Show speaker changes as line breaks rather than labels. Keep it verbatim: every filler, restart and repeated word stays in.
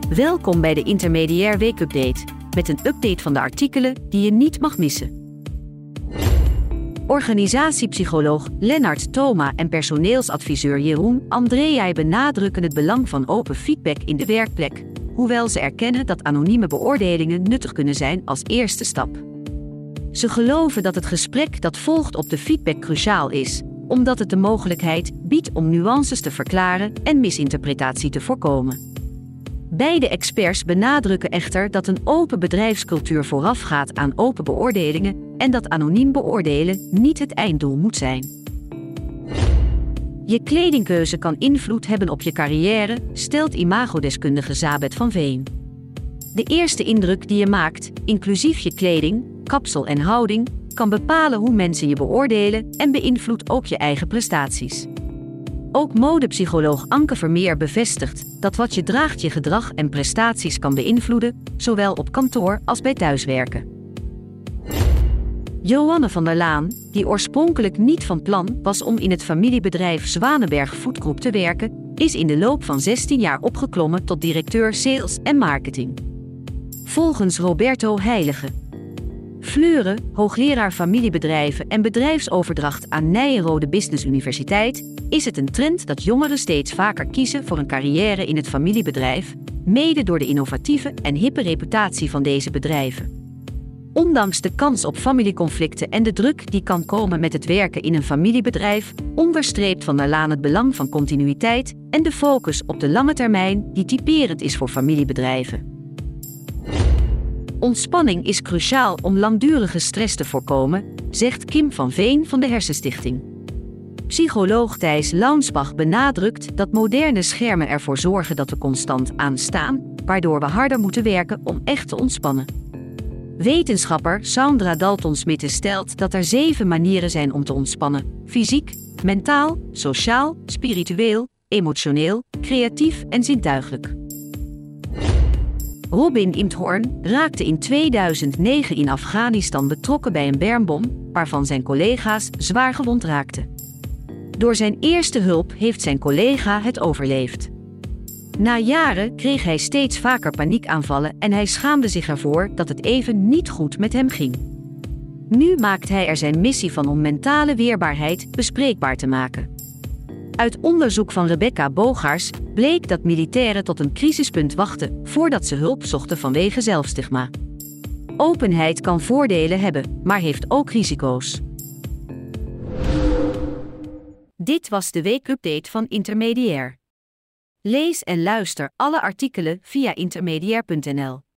Welkom bij de Intermediair Weekupdate, met een update van de artikelen die je niet mag missen. Organisatiepsycholoog Lennart Thoma en personeelsadviseur Jeroen Andreae benadrukken het belang van open feedback in de werkplek, hoewel ze erkennen dat anonieme beoordelingen nuttig kunnen zijn als eerste stap. Ze geloven dat het gesprek dat volgt op de feedback cruciaal is, omdat het de mogelijkheid biedt om nuances te verklaren en misinterpretatie te voorkomen. Beide experts benadrukken echter dat een open bedrijfscultuur voorafgaat aan open beoordelingen en dat anoniem beoordelen niet het einddoel moet zijn. Je kledingkeuze kan invloed hebben op je carrière, stelt imagodeskundige Zabet van Veen. De eerste indruk die je maakt, inclusief je kleding, kapsel en houding, kan bepalen hoe mensen je beoordelen en beïnvloedt ook je eigen prestaties. Ook modepsycholoog Anke Vermeer bevestigt dat wat je draagt je gedrag en prestaties kan beïnvloeden, zowel op kantoor als bij thuiswerken. Joanne van der Laan, die oorspronkelijk niet van plan was om in het familiebedrijf Zwanenberg Foodgroep te werken, is in de loop van zestien jaar opgeklommen tot directeur sales en marketing. Volgens Roberto Heilige Fleuren, hoogleraar familiebedrijven en bedrijfsoverdracht aan Nyenrode Business Universiteit, is het een trend dat jongeren steeds vaker kiezen voor een carrière in het familiebedrijf, mede door de innovatieve en hippe reputatie van deze bedrijven. Ondanks de kans op familieconflicten en de druk die kan komen met het werken in een familiebedrijf, onderstreept Van der Laan het belang van continuïteit en de focus op de lange termijn die typerend is voor familiebedrijven. Ontspanning is cruciaal om langdurige stress te voorkomen, zegt Kim van Veen van de Hersenstichting. Psycholoog Thijs Launsbach benadrukt dat moderne schermen ervoor zorgen dat we constant aanstaan, waardoor we harder moeten werken om echt te ontspannen. Wetenschapper Saundra Dalton-Smith stelt dat er zeven manieren zijn om te ontspannen: fysiek, mentaal, sociaal, spiritueel, emotioneel, creatief en zintuigelijk. Robin Imthorn raakte in tweeduizend negen in Afghanistan betrokken bij een bermbom, waarvan zijn collega's zwaar gewond raakten. Door zijn eerste hulp heeft zijn collega het overleefd. Na jaren kreeg hij steeds vaker paniekaanvallen en hij schaamde zich ervoor dat het even niet goed met hem ging. Nu maakt hij er zijn missie van om mentale weerbaarheid bespreekbaar te maken. Uit onderzoek van Rebecca Bogaars bleek dat militairen tot een crisispunt wachten voordat ze hulp zochten vanwege zelfstigma. Openheid kan voordelen hebben, maar heeft ook risico's. Dit was de weekupdate van Intermediair. Lees en luister alle artikelen via intermediair punt n l.